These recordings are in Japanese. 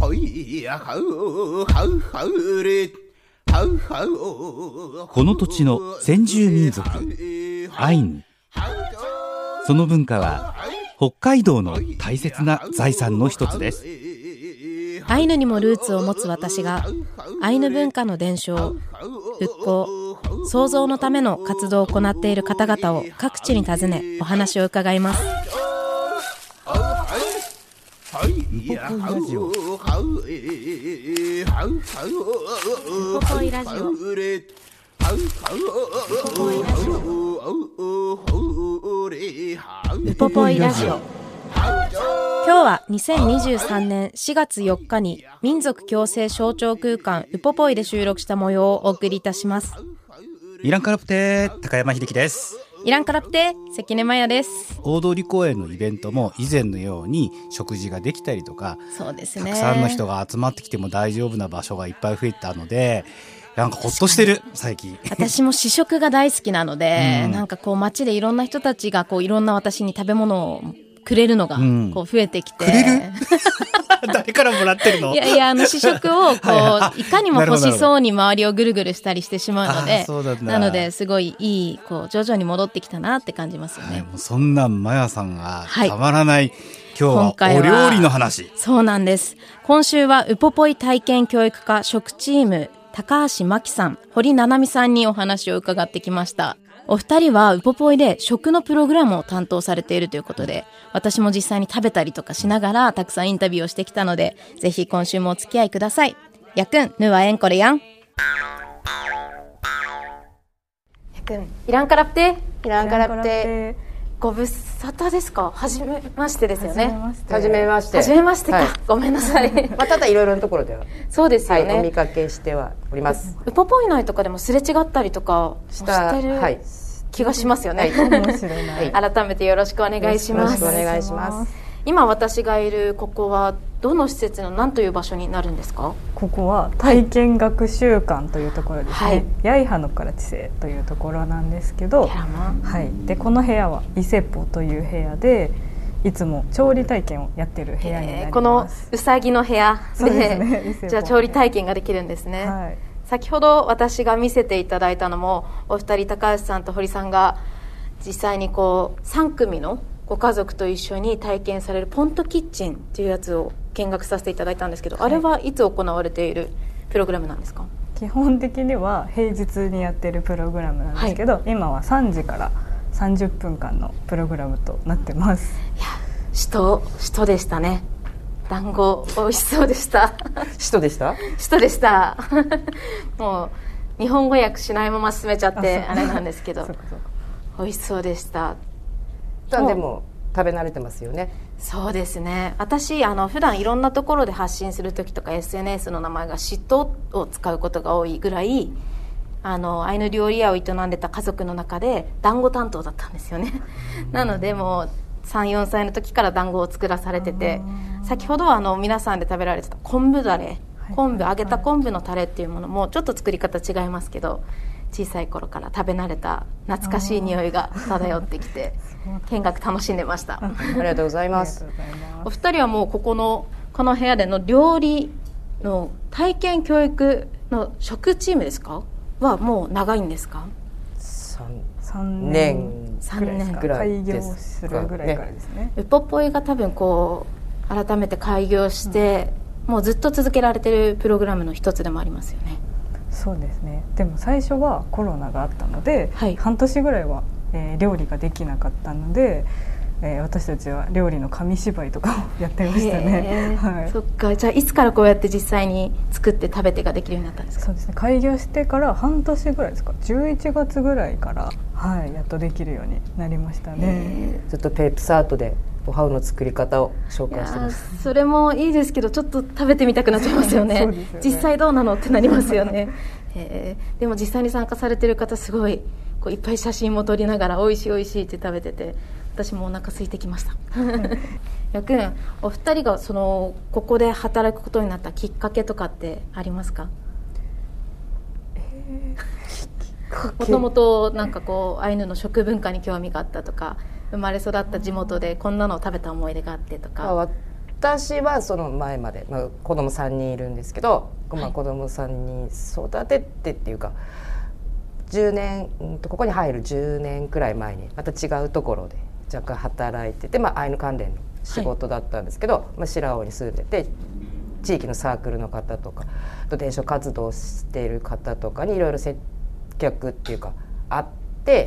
この土地の先住民族アイヌ、その文化は北海道の大切な財産の一つです。 アイヌにもルーツを持つ私がアイヌ文化の伝承、復興、創造のための活動を行っている方々を各地に訪ねお話を伺います。 ウポポイラジオ。ウポポイラジオ。ウポポイラジオ。今日は2023年4月4日に民族共生象徴空間ウポポイで収録した模様をお送りいたします。 イランカラプテ高山秀樹です。 イランカラプテ関根麻也です。 大通公園のイベントも以前のように食事ができたりとか、 そうですね、 たくさんの人が集まってきても大丈夫な場所がいっぱい増えたので、なんかほっとしてる最近。 私も試食が大好きなので、なんかこう街でいろんな人たちがこういろんな私に食べ物をくれるのがこう増えてきて、 くれる誰からもらってるの？ いや試食をこういかにも欲しそうに周りをぐるぐるしたりしてしまうので、なのですごいいいこう徐々に戻ってきたなって感じますよね。 もうそんなマヤさんがたまらない、今日はお料理の話。 そうなんです。今週はウポポイ体験教育科食チーム高橋真希さん、堀七海さんにお話を伺ってきました。お二人はウポポイで食のプログラムを担当されているということで、私も実際に食べたりとかしながらたくさんインタビューをしてきたので、ぜひ今週もお付き合いください。やくん、ぬはえんこれやん。やくん、イランカラプテイランカラプテご無沙汰ですか？はじめましてですよね。 はじめまして。 はじめましてか、はい、ごめんなさい。 ただいろいろなところではそうですよね、 お見かけしてはおります。 ウポポイ内とかでもすれ違ったりとかしてる、気がしますよね。 面白いな。 改めてよろしくお願いします。 よろしくお願いします。 今私がいるここはどの施設の何という場所になるんですか？ ここは体験学習館というところですね、八重葉のから知性というところなんですけど、でこの部屋は伊勢ポという部屋で、いつも調理体験をやってる部屋になります。 このうさぎの部屋そうですね、 じゃあ調理体験ができるんですね、先ほど私が見せていただいたのも、お二人高橋さんと堀さんが実際にこう3組のご家族と一緒に体験されるポントキッチンっていうやつを見学させていただいたんですけど、あれはいつ行われているプログラムなんですか？ 基本的には平日にやってるプログラムなんですけど、今は3時から30分間のプログラムとなってます。 いや、首都でしたね。団子美味しそうでした。 首都でしたもう日本語訳しないまま進めちゃってあれなんですけど美味しそうでした。 でも食べ慣れてますよね。 そうですね。私普段いろんなところで発信する時とか SNS の名前がシトを使うことが多いぐらい、アイヌ料理屋を営んでた家族の中で団子担当だったんですよね。なのでもう 3,4 歳の時から団子を作らされてて、先ほど皆さんで食べられてた昆布だれ、揚げた昆布のタレっていうものもちょっと作り方違いますけど、小さい頃から食べ慣れた懐かしい匂いが漂ってきて見学楽しんでました。 ありがとうございます。 お二人はもうこの部屋での料理の体験教育の食チームですかはもう長いんですか ？3年くらい開業するぐらいからですね。 ウポポイが多分こう改めて開業して、もうずっと続けられてるプログラムの一つでもありますよね。 そうですね。でも最初はコロナがあったので、半年ぐらいは、料理ができなかったので、私たちは料理の紙芝居とかをやってましたね。 そっか。じゃあいつからこうやって実際に作って食べてができるようになったんですか？ そうですね、開業してから半年ぐらいですか、11月ぐらいから、やっとできるようになりましたね。 ずっとペープサートでおはうの作り方を紹介してます。 それもいいですけど、ちょっと食べてみたくなっちゃいますよね。実際どうなのってなりますよね。でも実際に参加されてる方すごいこういっぱい写真も撮りながら美味しい美味しいって食べてて、私もお腹空いてきました。やくん、お二人がここで働くことになったきっかけとかってありますか？もともとなんかこうアイヌの食文化に興味があったとか、生まれ育った地元でこんなのを食べた思い出があってとか。 私はその前まで、子供3人いるんですけど、子供3人育ててっていうか10年ここに入る10年くらい前にまた違うところで若干働いてて、アイヌ関連の仕事だったんですけど、白尾に住んでて地域のサークルの方とかあと伝承活動している方とかにいろいろ接客っていうかあって、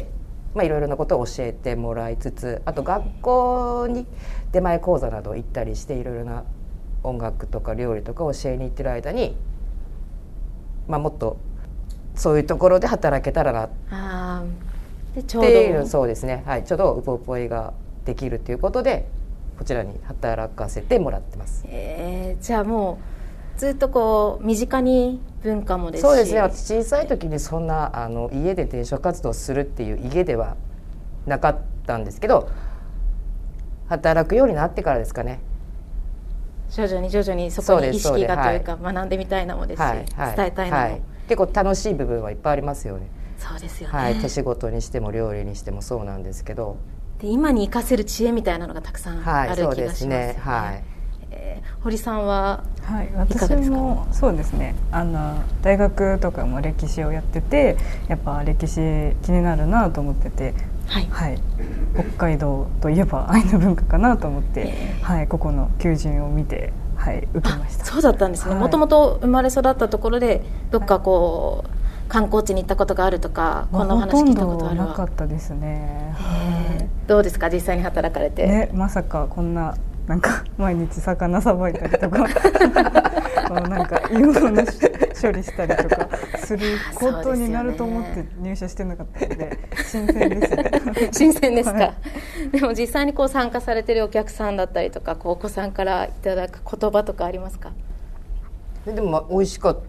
いろいろなことを教えてもらいつつ、あと学校に出前講座など行ったりしていろいろな音楽とか料理とか教えに行ってる間に、もっとそういうところで働けたらなでちょうっていう、 どそうですね、ちょうどウポポイができるということでこちらに働かせてもらってます。 じゃあもうずっとこう身近に文化もですし。 そうですね、私小さい時にそんな家で伝承活動するっていう家ではなかったんですけど、働くようになってからですかね。 徐々にそこに意識がというか学んでみたいなもですし、伝えたいなも、 結構楽しい部分はいっぱいありますよね。 そうですよね、 手仕事にしても料理にしてもそうなんですけど、 で今に生かせる知恵みたいなのがたくさんある気がしますよね。堀さんはいかがですか？ 私もそうですね、大学とかも歴史をやってて、やっぱ歴史気になるなと思ってて、北海道といえばアイヌ文化かなと思って、ここの求人を見て、受けました。 そうだったんですね。もともと生まれ育ったところでどっかこう、観光地に行ったことがあるとか、こんなお話聞いたことあるわ。 なかったですね。 どうですか、実際に働かれて。 まさかこんな毎日魚さばいたりとかいろんな処理したりとかすることになると思って入社してなかったので新鮮ですね。 新鮮ですか。でも実際にこう参加されてるお客さんだったりとか、お子さんからいただく言葉とかありますか？ でも美味しかった、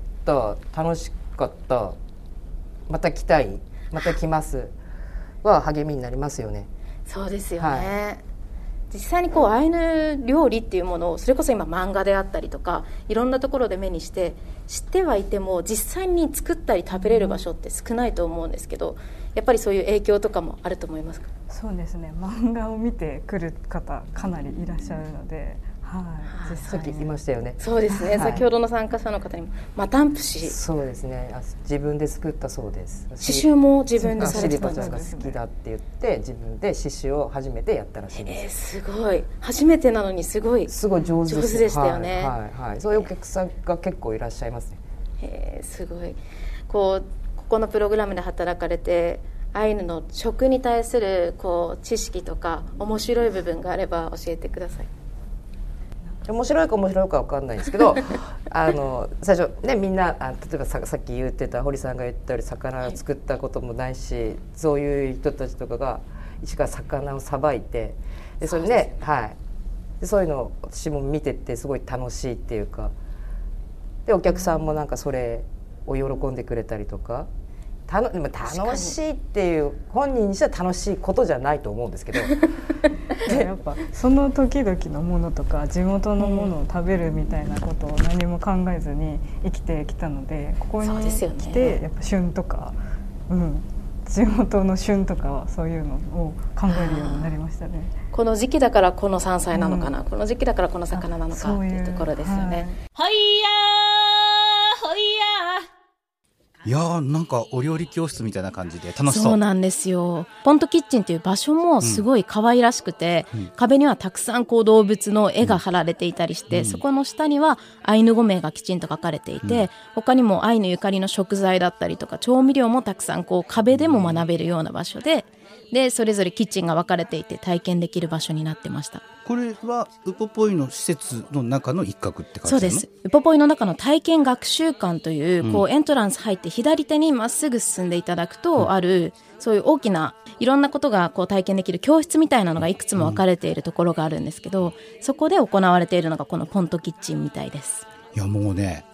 楽しかった、また来たい、また来ますは励みになりますよね。 そうですよね。実際にこうアイヌ料理っていうものをそれこそ今漫画であったりとかいろんなところで目にして知ってはいても実際に作ったり食べれる場所って少ないと思うんですけど、やっぱりそういう影響とかもあると思いますか？ そうですね、漫画を見てくる方かなりいらっしゃるので、 さっき言いましたよね。 そうですね、先ほどの参加者の方にもマタンプシ、 そうですね、自分で作ったそうです。 刺繍も自分でされてたんですか？ シリバちゃんが好きだって言って自分で刺繍を初めてやったらしいです。 すごい、初めてなのにすごい上手でしたよね。 そういうお客さんが結構いらっしゃいますね。 すごい。ここのプログラムで働かれてアイヌの食に対する知識とか面白い部分があれば教えてください。 面白いか分かんないんですけど最初ね、みんな例えばさっき言ってた堀さんが言ったように魚を作ったこともないし、そういう人たちとかが一から魚をさばいて、でそれね、でそういうのを私も見ててすごい楽しいっていうか、でお客さんもそれを喜んでくれたりとか、でも楽しいっていう本人にしては楽しいことじゃないと思うんですけどやっぱその時々のものとか地元のものを食べるみたいなことを何も考えずに生きてきたので、ここに来てやっぱ旬とか、地元の旬とかそういうのを考えるようになりましたね。 この時期だからこの山菜なのかな、この時期だからこの魚なのかっていうところですよね。ほいやーほいやー、 いやー、お料理教室みたいな感じで楽しそう。 そうなんですよ。ポントキッチンという場所もすごい可愛らしくて、壁にはたくさん動物の絵が貼られていたりして、そこの下にはアイヌ語名がきちんと書かれていて、他にもアイヌゆかりの食材だったりとか調味料もたくさん壁でも学べるような場所で、それぞれキッチンが分かれていて体験できる場所になってました。 これはウポポイの施設の中の一角って感じなの？ そうです。ウポポイの中の体験学習館という、エントランス入って左手にまっすぐ進んでいただくとある、そういう大きないろんなことが体験できる教室みたいなのがいくつも分かれているところがあるんですけど、そこで行われているのがこのポントキッチンみたいです。 いやもうね、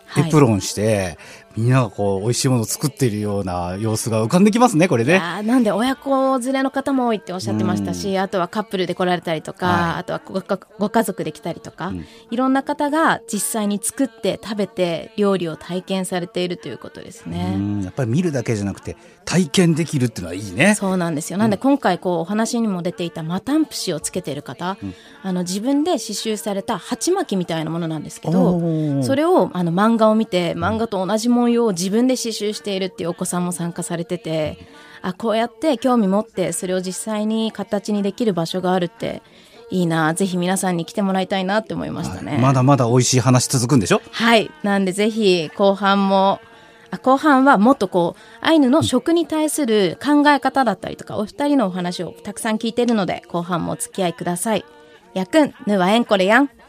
エプロンして、みんながこう美味しいものを作っているような様子が浮かんできますね、これね。 なんで親子連れの方も多いっておっしゃってましたし、あとはカップルで来られたりとか、あとはご家族で来たりとか、いろんな方が実際に作って食べて料理を体験されているということですね。 やっぱり見るだけじゃなくて体験できるっていうのはいいね。 そうなんですよ。なんで今回お話にも出ていたマタンプシをつけている方、自分で刺繍された鉢巻きみたいなものなんですけど、それを漫画を見て漫画と同じ文様を自分で刺繍しているっていうお子さんも参加されてて、こうやって興味持ってそれを実際に形にできる場所があるっていいな、ぜひ皆さんに来てもらいたいなって思いましたね。 まだまだ美味しい話続くんでしょ。 はい、なんでぜひ後半はもっとアイヌの食に対する考え方だったりとか、お二人のお話をたくさん聞いているので、後半もお付き合いください。やくんぬはえんこれやん。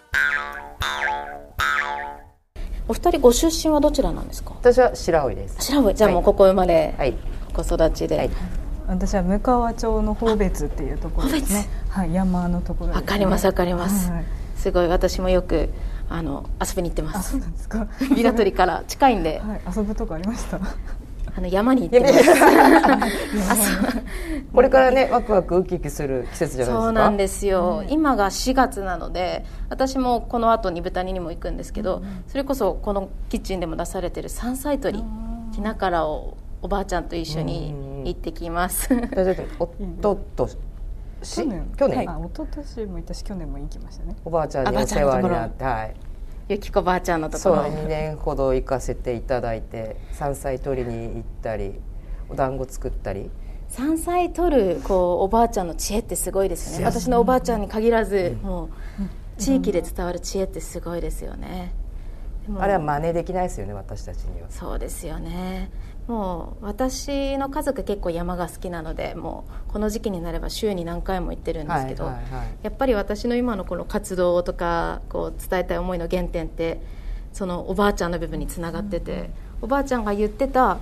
お二人ご出身はどちらなんですか？ 私は白老です。 白老、じゃあもうここ生まれ、 はい、 ここ育ちで、はい、 私は向川町の宝別っていうところですね。はい、山のところですね。 わかりますわかります、はい、すごい私もよく遊びに行ってます。 そうなんですか。 ビラトリから近いんで、 はい、遊ぶとこありました。 山に行ってますこれからねワクワクウキウキする季節じゃないですか。 そうなんですよ、今が4月なので、私もこの後に豚煮にも行くんですけど、それこそこのキッチンでも出されてる山菜採り、ひなからをおばあちゃんと一緒に行ってきます。 おととし去年、 はい、おととしも行ったし去年も行きましたね。 おばあちゃんにお世話になって、はい、 ゆきこばあちゃんのところ、 そう2年ほど行かせていただいて、山菜採りに行ったりお団子作ったり。 山菜採るおばあちゃんの知恵ってすごいですよね。私のおばあちゃんに限らず、もう地域で伝わる知恵ってすごいですよね。でもあれは真似できないですよね、私たちには。 そうですよね。もう私の家族結構山が好きなので、もうこの時期になれば週に何回も行ってるんですけど、やっぱり私の今のこの活動とか伝えたい思いの原点ってそのおばあちゃんの部分につながってて、おばあちゃんが言ってた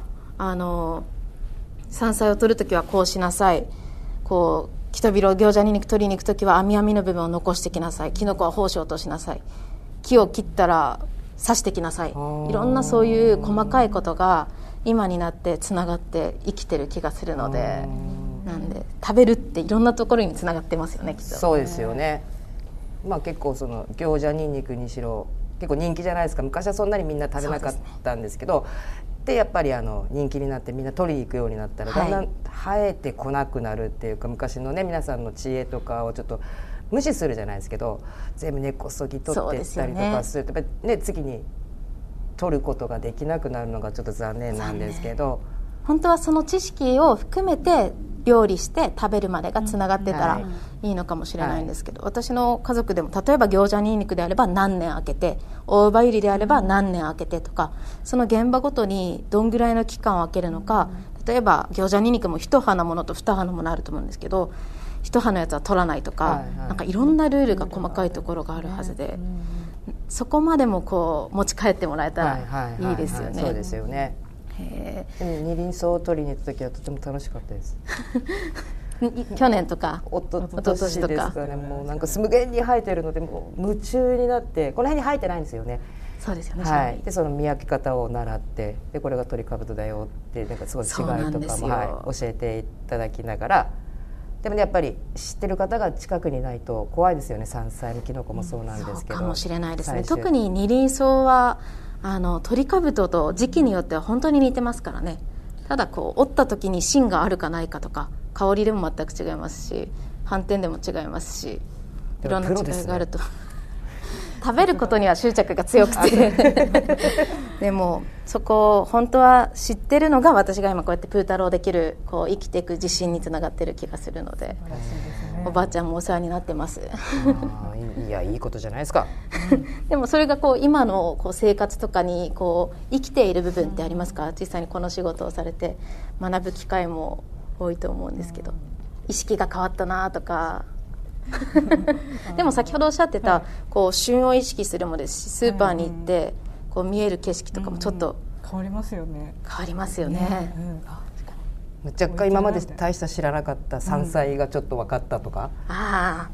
山菜を取るときはこうしなさい、キトビロ行者に肉取りに行くときは網の部分を残してきなさい、キノコは胞子を落としなさい、木を切ったら刺してきなさい、いろんなそういう細かいことが今になってつながって生きてる気がするので、なんで食べるっていろんなところにつながってますよね、きっと。 そうですよね。結構その行者ニンニクにしろ結構人気じゃないですか。昔はそんなにみんな食べなかったんですけど、でやっぱり人気になってみんな取りに行くようになったら、だんだん生えてこなくなるっていうか、昔のね皆さんの知恵とかをちょっと無視するじゃないですけど、全部根こそぎ取っていったりとかすると、やっぱりね次に取ることができなくなるのがちょっと残念なんですけど、 本当はその知識を含めて料理して食べるまでがつながってたらいいのかもしれないんですけど、私の家族でも例えば行者ニンニクであれば何年空けて、大葉ゆりであれば何年空けてとか、その現場ごとにどんぐらいの期間を空けるのか、例えば行者ニンニクも一葉のものと二葉のものあると思うんですけど、一葉のやつは取らないとか、なんかいろんなルールが細かいところがあるはずで、そこまでも持ち帰ってもらえたらいいですよね。 そうですよね。でも二輪草を取りに行った時はとても楽しかったです。 去年とかおととしですかね。もうなんか無限に生えてるのでもう夢中になって、この辺に生えてないんですよね。 そうですよね、 はい、でその見分け方を習って、でこれがトリカブトだよってなんかすごい違いとかも、教えていただきながら、でもねやっぱり知ってる方が近くにないと怖いですよね。山菜もキノコもそうなんですけど、 そうかもしれないですね。特に二輪草はトリカブトと時期によっては本当に似てますからね。ただ折った時に芯があるかないかとか、香りでも全く違いますし、斑点でも違いますし、いろんな違いがあると、食べることには執着が強くてでもそこを本当は知ってるのが、私が今こうやってプータローできる生きていく自信につながってる気がするので、おばあちゃんもお世話になってますいやいいことじゃないですかでもそれが今の生活とかに生きている部分ってありますか？実際にこの仕事をされて学ぶ機会も多いと思うんですけど、意識が変わったなとかでも先ほどおっしゃってた、旬を意識するもですし、スーパーに行って見える景色とかもちょっと変わりますよね。 変わりますよね。 若干今まで大した知らなかった山菜がちょっと分かったとか、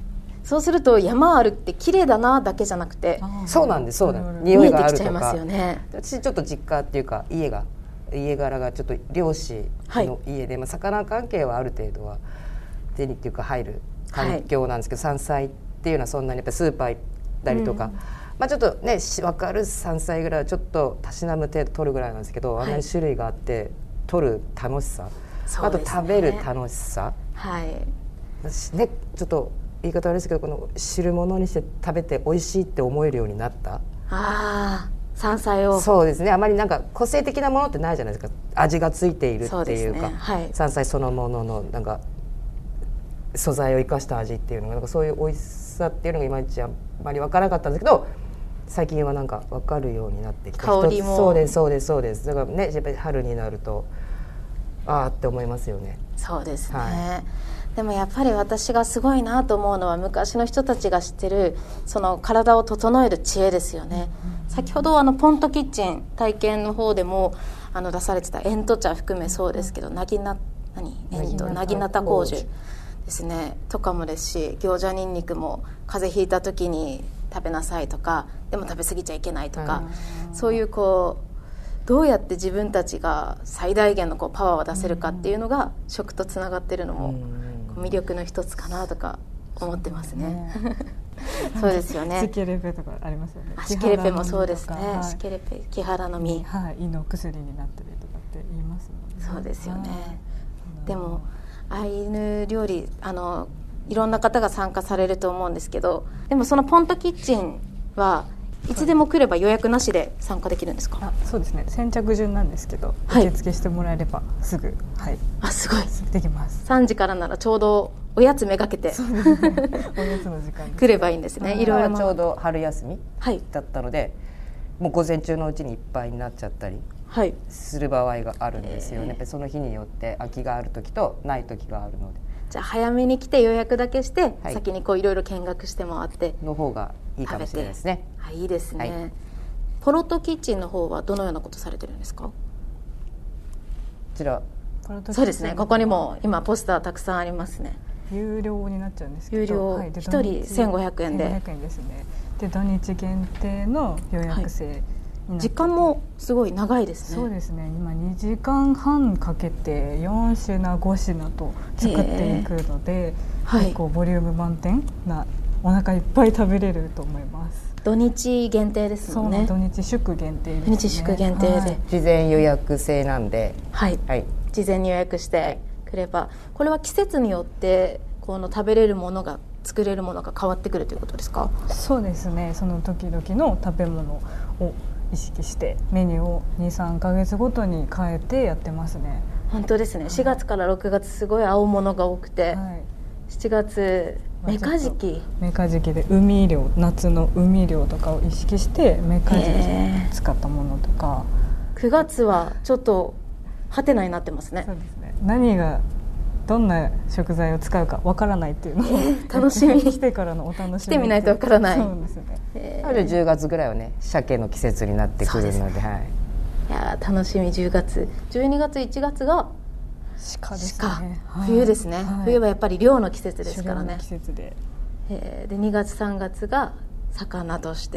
そうすると山あるって綺麗だなだけじゃなくて、 そうなんです、そうなんです。 見え匂いがあるとてきちゃいますよか。 ね。 私ちょっと実家っていうか家柄がちょっと漁師の家で、魚関係はある程度は手にっていうか入る環境なんですけど、山菜っていうのはそんなにやっぱりスーパー行ったりとか、ちょっとね分かる山菜ぐらいはちょっとたしなむ程度取るぐらいなんですけど、あんなに種類があって取る楽しさ、あと食べる楽しさ、私ねちょっと言い方悪いですけど、この汁物にして食べて美味しいって思えるようになった。 山菜を。 そうですね、あまりなんか個性的なものってないじゃないですか。味がついているっていうか、山菜そのもののなんか素材を生かした味っていうのが、なんかそういう美味しさっていうのがいまいちあんまり分からなかったんですけど、最近はなんか分かるようになってきた。 香りも。 そうですそうですそうです。だからね、やっぱり春になるとあーって思いますよね。 そうですね、でもやっぱり私がすごいなと思うのは、昔の人たちが知ってるその体を整える知恵ですよね。先ほどポントキッチン体験の方でも出されてたエント茶含めそうですけど、なぎなた香樹ですねとかもですし、餃子にんにくも風邪ひいた時に食べなさいとか、でも食べ過ぎちゃいけないとか、そういうどうやって自分たちが最大限のパワーを出せるかっていうのが食とつながってるのも魅力の一つかなとか思ってますね。そうですよね。 シケレペとかありますよね。 シケレペもそうですね。シケレペ、木原の実、 胃の薬になったりとかって言いますもんね。 そうですよね。でもアイヌ料理いろんな方が参加されると思うんですけど、でもそのポントキッチンはいつでも来れば予約なしで参加できるんですか？ そうですね、先着順なんですけど、受付してもらえればすぐ、 すごいできます。 3時からならちょうどおやつめがけてそうですね、おやつの時間来ればいいんですね。いろいろちょうど春休みだったので、もう午前中のうちにいっぱいになっちゃったりする場合があるんですよね。やっぱりその日によって空きがある時とない時があるので、 じゃあ早めに来て予約だけして、先にいろいろ見学して回っての方がいいかもしれないですね。 いいですね、ポロトキッチンの方はどのようなことされてるんですか？こちらそうですね、ここにも今ポスターたくさんありますね。 有料になっちゃうんですけど、 有料、1人1500円で 1500円ですね。で土日限定の予約制、 時間もすごい長いですね。 そうですね、今2時間半かけて4品5品と作っていくので、結構ボリューム満点な、お腹いっぱい食べれると思います。 土日限定ですもんね。 土日祝限定ですね。 土日祝限定で、 事前予約制なんで、 事前に予約してくれば、これは季節によってこの食べれるものが作れるものが変わってくるということですか？ そうですね、その時々の食べ物を意識してメニューを 2,3 ヶ月ごとに変えてやってますね。 本当ですね。4月から6月すごい青物が多くて、7月メカジキで海漁、夏の海漁とかを意識してメカジキ使ったものとか、 9月はちょっとハテナになってますね。 そうですね、何がどんな食材を使うかわからないっていうのを、 楽しみ来てからのお楽しみ、 来てみないとわからない。 そうですね、 10月ぐらいはね、鮭の季節になってくるので、いや楽しみ。10月12月1月が鹿ですね。 冬ですね、冬はやっぱり漁の季節ですからね。 季節で、 で2月3月が魚として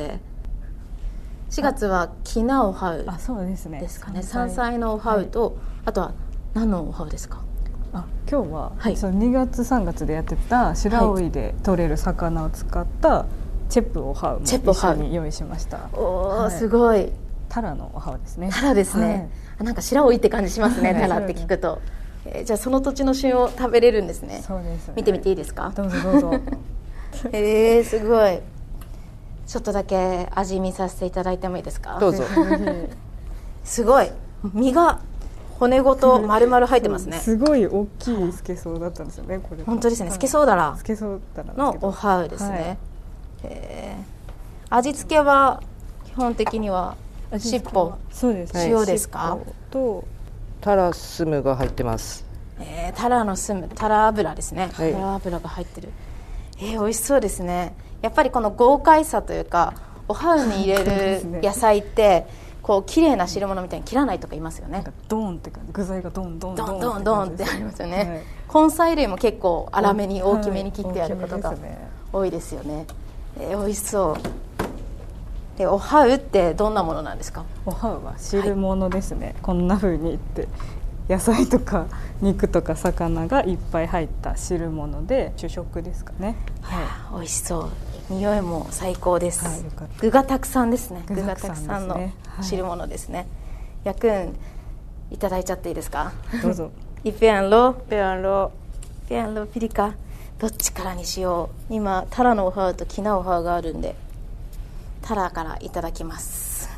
、4月はキナオハウですかね。山菜のオハウと、あとは何のオハウですか？ 今日は、その2月3月でやってた白老で取れる魚を使ったチェップオハウも一緒に用意しました。 すごい。 タラのオハウですね。 タラですね、なんか白老って感じしますね。タラって聞くと、じゃあその土地の旬を食べれるんですね。 そうですね、 見てみていいですか？ どうぞどうぞ。 すごい。ちょっとだけ味見させていただいてもいいですか？ どうぞ。 すごい、身が骨ごと丸々入ってますね。 すごい大きいスケソウだったんですよね。これ本当ですね、スケソウダラのオハウですね。味付けは基本的には尻尾、塩ですか？ とタラスムが入ってます。 タラのスム、タラ油ですね。タラ油が入ってる。美味しそうですね。やっぱりこの豪快さというか、おはうに入れる野菜ってこう綺麗な汁物みたいに切らないとか言いますよね。 ドーンって具材がドンドンドンドンドンってありますよね。根菜類も結構粗めに大きめに切ってあることが多いですよね。美味しそう。でおはうってどんなものなんですか？ おはうは汁物ですね、こんな風に言って野菜とか肉とか魚がいっぱい入った汁物で主食ですかね。 美味しそう。匂いも最高です。具がたくさんですね。具がたくさんの汁物ですね。やくんいただいちゃっていいですか？ どうぞ。 イペアンロペアンロペアンロピリカ、どっちからにしよう。今タラのおはうとキナおはうがあるんでタラからいただきます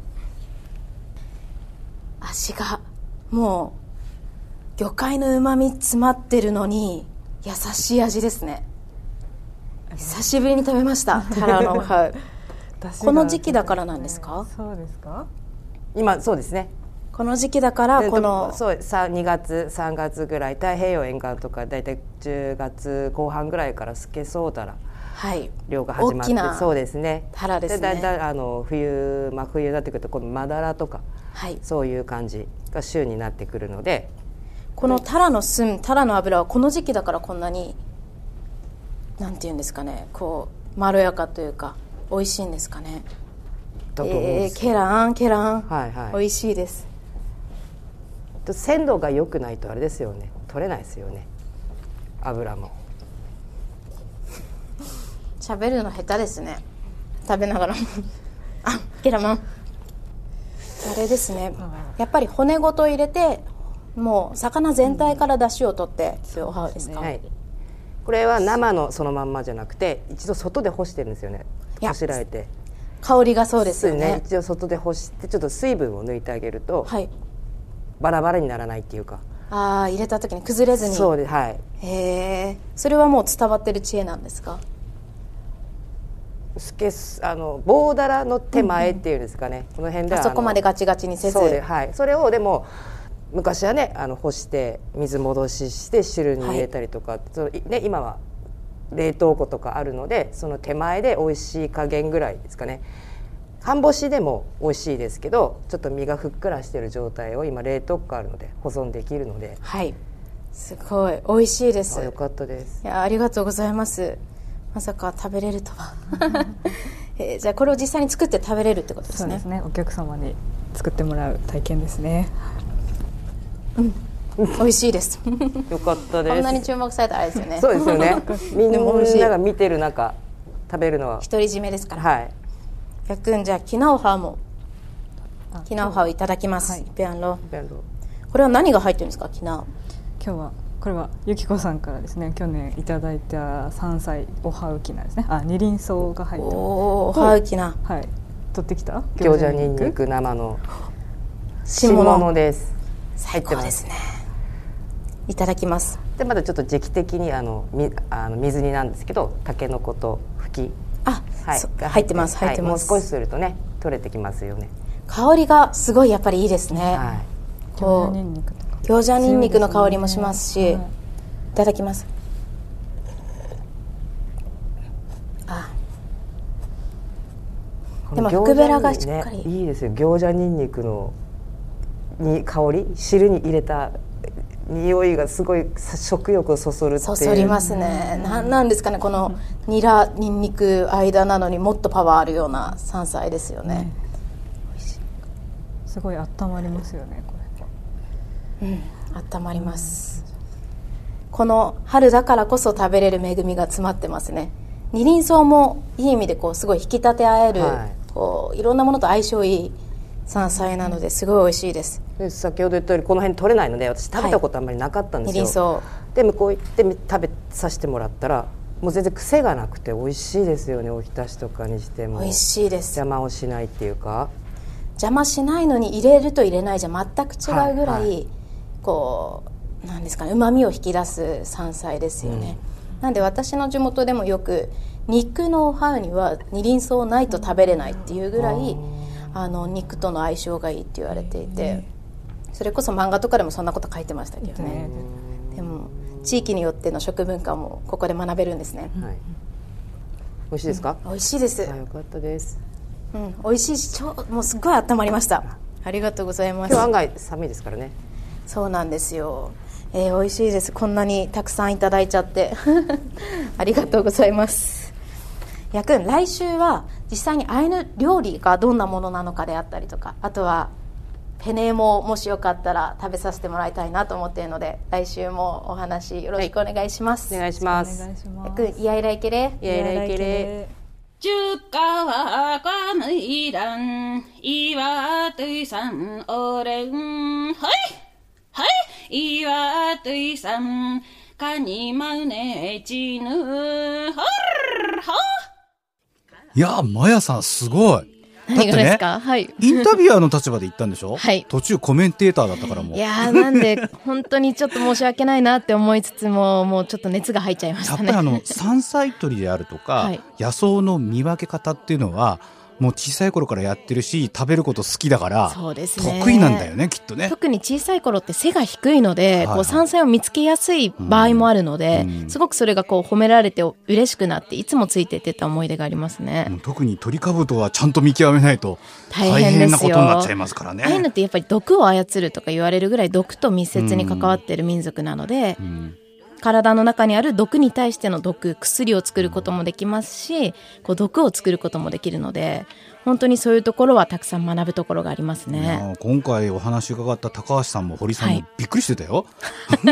味がもう魚介のうまみ詰まってるのに優しい味ですね。久しぶりに食べましたタラのおはうこの時期だからなんですか？ そうですか。 今そうですね、 この時期だからこのそう2月3月ぐらい、太平洋沿岸とかだいたい10月後半ぐらいからスケソウダラ漁が始まって、そうですね、 タラですね。 だいたい冬、冬になってくるとこのマダラとか、そういう感じが旬になってくるので、 このタラの炭、タラの油はこの時期だからこんなになんていうんですかね、こうまろやかというか美味しいんですかね。ケラン、美味しいです。 鮮度が良くないとあれですよね、取れないですよね、油も。 喋るの下手ですね、食べながらあ、ケラマンあれですね、やっぱり骨ごと入れてもう魚全体から出汁を取っておはうですか？ これは生のそのまんまじゃなくて一度外で干してるんですよね。干しられて香りがそうですよね。 一度外で干してちょっと水分を抜いてあげると、バラバラにならないっていうか、 入れた時に崩れずに。 そうです、 それはもう伝わってる知恵なんですか？ 棒だらの手前っていうんですかね、この辺ではあそこまでガチガチにせず、 それをでも昔はね干して水戻しして汁に入れたりとか、今は冷凍庫とかあるのでその手前で美味しい加減ぐらいですかね。半干しでも美味しいですけどちょっと身がふっくらしている状態を今冷凍庫あるので保存できるので、 すごい美味しいです。 よかったです。 いや、ありがとうございます。まさか食べれるとはじゃあこれを実際に作って食べれるってことですね。 そうですね、お客様に作ってもらう体験ですね。 美味しいですよかったです。 こんなに注目されたらあれですよね。 そうですよねみんなが見てる中食べるのは独り占めですから。やっくん、じゃあキナオハもキナオハをいただきます。ペアンロこれは何が入ってるんですか？キナ今日はこれはゆきこさんからですね、去年いただいた山菜おはうきなですね。二輪草が入ってます。 おはうきな、 取ってきた餃子にんにく生の新物です。 最高ですね。いただきます。 でまだちょっと時期的に水煮なんですけど、たけのことふき入ってます。入ってます。 もう少しするとね取れてきますよね。 香りがすごいやっぱりいいですね。 餃子にんにくとか餃子にんにくの香りもしますし、いただきます。でも福べらがしっかり、 いいですよ。餃子にんにくの香り、汁に入れた匂いがすごい食欲をそそるっていう。 そそりますね。なんですかね、このニラにんにく間なのにもっとパワーあるような山菜ですよね。 すごい温まりますよね、これ。 温まります。この春だからこそ食べれる恵みが詰まってますね。二輪草もいい意味でこうすごい引き立て合える、こういろんなものと相性いい山菜なのですごい美味しいです。 先ほど言ったようにこの辺取れないので私食べたことあんまりなかったんですよ。 二輪草で向こう行って食べさせてもらったらもう全然癖がなくて美味しいですよね。おひたしとかにしても美味しいです。 邪魔をしないっていうか、 邪魔しないのに入れると入れないじゃ全く違うぐらい、こうなんですかね、旨味を引き出す山菜ですよね。なんで私の地元でもよく肉のおはうには二輪草ないと食べれないっていうぐらい、肉との相性がいいって言われていて、それこそ漫画とかでもそんなこと書いてましたけどね。でも地域によっての食文化もここで学べるんですね。 美味しいですか？ 美味しいです。 よかったです。 美味しいしもうすっごい温まりました。ありがとうございます。 今日案外寒いですからね。 そうなんですよ。美味しいです。こんなにたくさんいただいちゃってありがとうございます。 やくん、来週は実際にアイヌ料理がどんなものなのかであったりとか、あとはペネももしよかったら食べさせてもらいたいなと思っているので、来週もお話よろしくお願いします。 お願いします。 やくん、イヤイライケレイヤイライケレ 주가와 과무이란 이와 뜨삼 오랭 허이 허이 이와 뜨삼 가니마네 지는 헐 いやー、マヤさんすごい。 何がですか？はい。 インタビュアーの立場で言ったんでしょ？ はい。 途中コメンテーターだったからもう。 いやー、なんで本当にちょっと申し訳ないなって思いつつも、もうちょっと熱が入っちゃいましたね。 やっぱり山菜採りであるとか、はい、野草の見分け方っていうのはもう小さい頃からやってるし、食べること好きだから、 そうですね、 得意なんだよね、きっとね。 特に小さい頃って背が低いので、はいはい、こう山菜を見つけやすい場合もあるので、すごくそれがこう褒められて嬉しくなっていつもついてってた思い出がありますね。 特にトリカブトはちゃんと見極めないと大変なことになっちゃいますからね。 アイヌってやっぱり毒を操るとか言われるぐらい毒と密接に関わっている民族なので、体の中にある毒に対しての薬を作ることもできますし、こう毒を作ることもできるので、本当にそういうところはたくさん学ぶところがありますね。 今回お話伺った高橋さんも堀さんもびっくりしてたよ、 はい、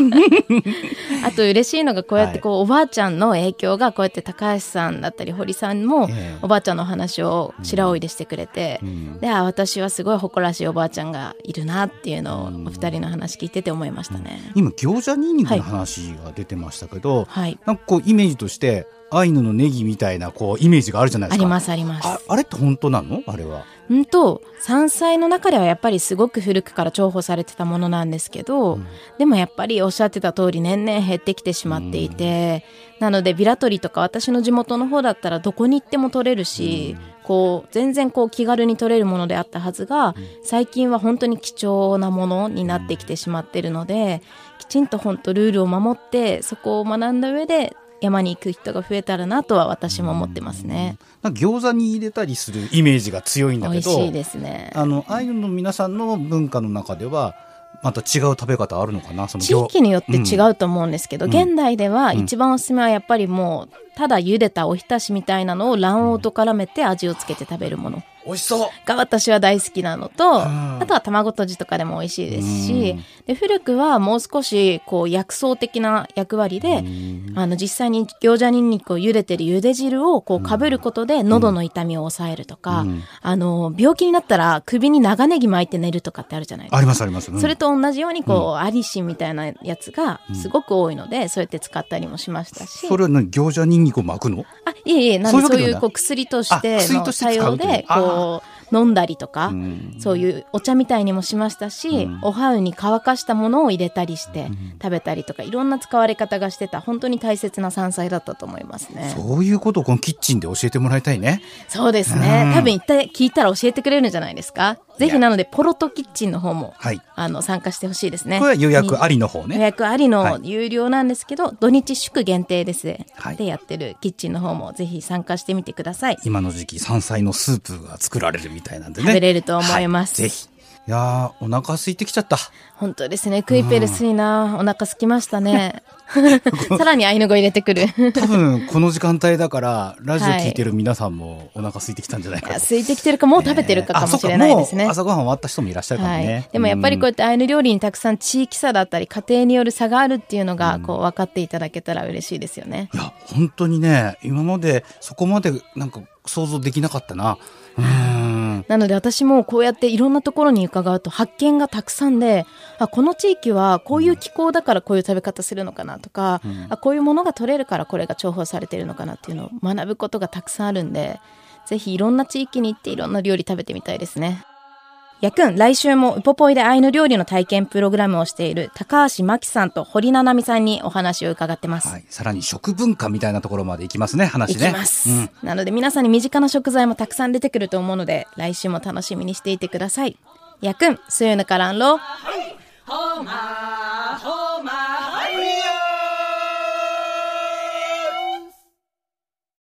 あと嬉しいのがこうやってこう、おばあちゃんの影響がこうやって高橋さんだったり堀さんもおばあちゃんの話を白老でしてくれて、で私はすごい誇らしいおばあちゃんがいるなっていうのをお二人の話聞いてて思いましたね。 今餃子ニンニクの話が出てましたけど、 はい、 なんかこうイメージとしてアイヌのネギみたいなこうイメージがあるじゃないですか。 ありますあります。 あれって本当なの？あれは山菜の中ではやっぱりすごく古くから重宝されてたものなんですけど、でもやっぱりおっしゃってた通り年々減ってきてしまっていて、なのでビラ取りとか私の地元の方だったらどこに行っても取れるし、こう全然こう気軽に取れるものであったはずが、最近は本当に貴重なものになってきてしまっているので、きちんと本当ルールを守ってそこを学んだ上で山に行く人が増えたらなとは私も思ってますね。 餃子に入れたりするイメージが強いんだけど、 美味しいですね。 アイヌの皆さんの文化の中ではまた違う食べ方あるのかな？その地域によって違うと思うんですけど、現代では一番おすすめはやっぱりもうただ茹でたおひたしみたいなのを卵黄と絡めて味をつけて食べるもの美味しそうが私は大好きなのと、あとは卵とじとかでも美味しいですし、で古くはもう少しこう薬草的な役割で、実際に餃子ニンニクを茹でてる茹で汁をこうかぶることで喉の痛みを抑えるとか、病気になったら首に長ネギ巻いて寝るとかってあるじゃないですか。 ありますあります、 それと同じようにこう、アリシンみたいなやつがすごく多いので、そうやって使ったりもしましたし。 それは餃子ニンニクを巻くの？ いえいえ、なんでそういうこう薬としての作用でこう飲んだりとか、そういうお茶みたいにもしましたし、おはうに乾かしたものを入れたりして食べたりとか、いろんな使われ方がしてた本当に大切な山菜だったと思いますね。 そういうことをこのキッチンで教えてもらいたいね。 そうですね、多分一体聞いたら教えてくれるんじゃないですか。ぜひなのでポロトキッチンの方も、はい、参加してほしいですね。 これは予約ありの方ね。 予約ありの有料なんですけど、土日祝限定です、でやってるキッチンの方もぜひ参加してみてください。 今の時期山菜のスープが作られるみたいなんでね、 食べれると思います、 ぜひ。いやお腹空いてきちゃった。 本当ですね、クイペルスいな、お腹空きましたねさらにアイヌ語入れてくる多分この時間帯だからラジオ聞いてる皆さんもお腹空いてきたんじゃないかと。 空いてきてるかもう食べてるかもしれないですね。 もう朝ごはん終わった人もいらっしゃるかもね、 でもやっぱりこうやってアイヌ料理にたくさん地域差だったり家庭による差があるっていうのがこう分かっていただけたら嬉しいですよね。 いや本当にね、今までそこまでなんか想像できなかったな。 なので私もこうやっていろんなところに伺うと発見がたくさんで、この地域はこういう気候だからこういう食べ方するのかなとか、こういうものが取れるからこれが重宝されてるのかなっていうのを学ぶことがたくさんあるんで、ぜひいろんな地域に行っていろんな料理食べてみたいですね。やくん、来週もウポポイでアイヌ料理の体験プログラムをしている高橋真希さんと堀七海さんにお話を伺ってます、 さらに食文化みたいなところまで行きますね、話ね。 行きます、なので皆さんに身近な食材もたくさん出てくると思うので、来週も楽しみにしていてください。やくん、スユヌカランロー。